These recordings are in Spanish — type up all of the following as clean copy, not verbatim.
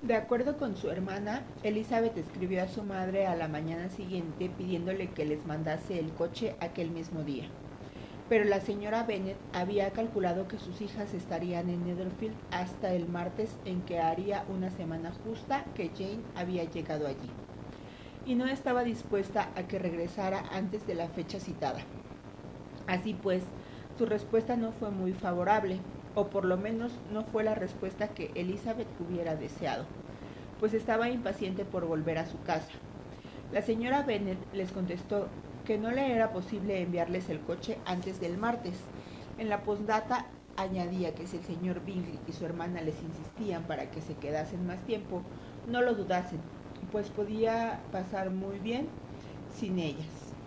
De acuerdo con su hermana, Elizabeth escribió a su madre a la mañana siguiente pidiéndole que les mandase el coche aquel mismo día. Pero la señora Bennet había calculado que sus hijas estarían en Netherfield hasta el martes, en que haría una semana justa que Jane había llegado allí, y no estaba dispuesta a que regresara antes de la fecha citada. Así pues, su respuesta no fue muy favorable, o por lo menos no fue la respuesta que Elizabeth hubiera deseado, pues estaba impaciente por volver a su casa. La señora Bennet les contestó que no le era posible enviarles el coche antes del martes. En la postdata añadía que si el señor Bingley y su hermana les insistían para que se quedasen más tiempo, no lo dudasen, pues podía pasar muy bien sin ellas.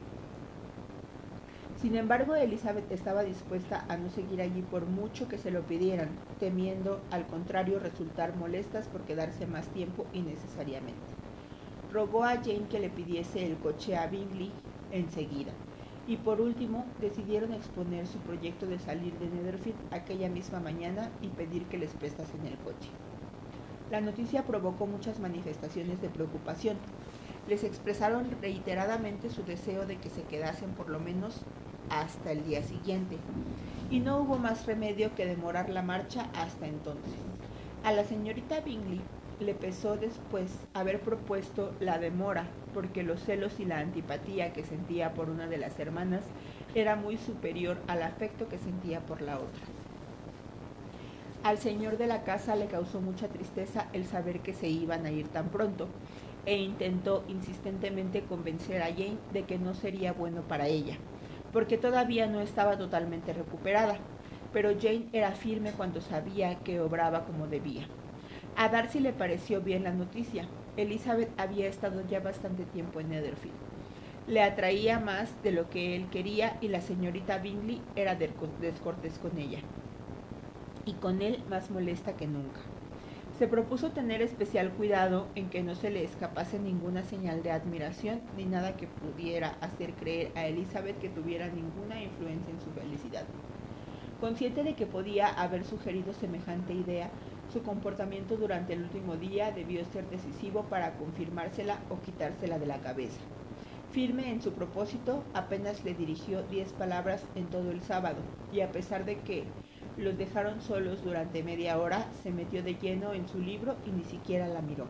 Sin embargo, Elizabeth estaba dispuesta a no seguir allí por mucho que se lo pidieran, temiendo, al contrario, resultar molestas por quedarse más tiempo innecesariamente. Rogó a Jane que le pidiese el coche a Bingley enseguida, y por último decidieron exponer su proyecto de salir de Netherfield aquella misma mañana y pedir que les prestasen el coche. La noticia provocó muchas manifestaciones de preocupación. Les expresaron reiteradamente su deseo de que se quedasen por lo menos hasta el día siguiente, y no hubo más remedio que demorar la marcha hasta entonces. A la señorita Bingley le pesó después haber propuesto la demora, porque los celos y la antipatía que sentía por una de las hermanas era muy superior al afecto que sentía por la otra. Al señor de la casa le causó mucha tristeza el saber que se iban a ir tan pronto, e intentó insistentemente convencer a Jane de que no sería bueno para ella, porque todavía no estaba totalmente recuperada, pero Jane era firme cuando sabía que obraba como debía. A Darcy le pareció bien la noticia. Elizabeth había estado ya bastante tiempo en Netherfield. Le atraía más de lo que él quería y la señorita Bingley era descortés con ella, y con él más molesta que nunca. Se propuso tener especial cuidado en que no se le escapase ninguna señal de admiración ni nada que pudiera hacer creer a Elizabeth que tuviera ninguna influencia en su felicidad. Consciente de que podía haber sugerido semejante idea, su comportamiento durante el último día debió ser decisivo para confirmársela o quitársela de la cabeza. Firme en su propósito, apenas le dirigió 10 palabras en todo el sábado, y a pesar de que los dejaron solos durante media hora, se metió de lleno en su libro y ni siquiera la miró.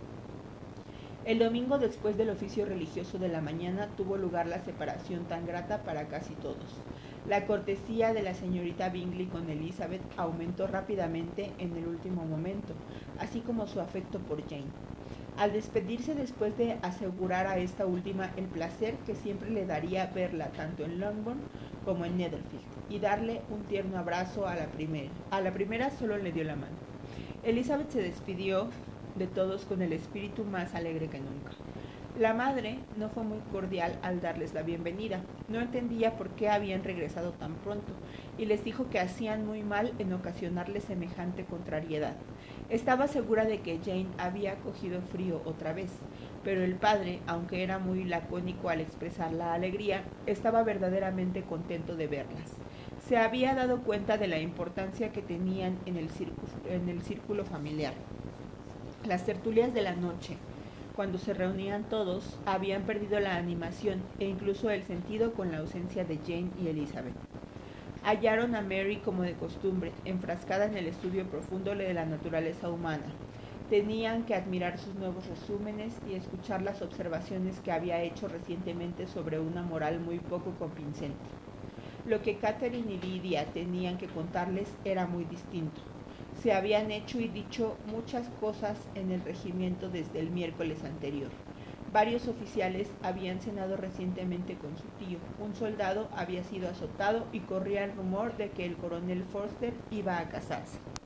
El domingo, después del oficio religioso de la mañana, tuvo lugar la separación tan grata para casi todos. La cortesía de la señorita Bingley con Elizabeth aumentó rápidamente en el último momento, así como su afecto por Jane. Al despedirse, después de asegurar a esta última el placer que siempre le daría verla tanto en Longbourn como en Netherfield, y darle un tierno abrazo a la primera. A la primera solo le dio la mano. Elizabeth se despidió de todos con el espíritu más alegre que nunca. La madre no fue muy cordial al darles la bienvenida. No entendía por qué habían regresado tan pronto, y les dijo que hacían muy mal en ocasionarles semejante contrariedad. Estaba segura de que Jane había cogido frío otra vez, pero el padre, aunque era muy lacónico al expresar la alegría, estaba verdaderamente contento de verlas. Se había dado cuenta de la importancia que tenían en el círculo familiar. Las tertulias de la noche, cuando se reunían todos, habían perdido la animación e incluso el sentido con la ausencia de Jane y Elizabeth. Hallaron a Mary como de costumbre, enfrascada en el estudio profundo de la naturaleza humana. Tenían que admirar sus nuevos resúmenes y escuchar las observaciones que había hecho recientemente sobre una moral muy poco convincente. Lo que Catherine y Lydia tenían que contarles era muy distinto. Se habían hecho y dicho muchas cosas en el regimiento desde el miércoles anterior. Varios oficiales habían cenado recientemente con su tío. Un soldado había sido azotado y corría el rumor de que el coronel Forster iba a casarse.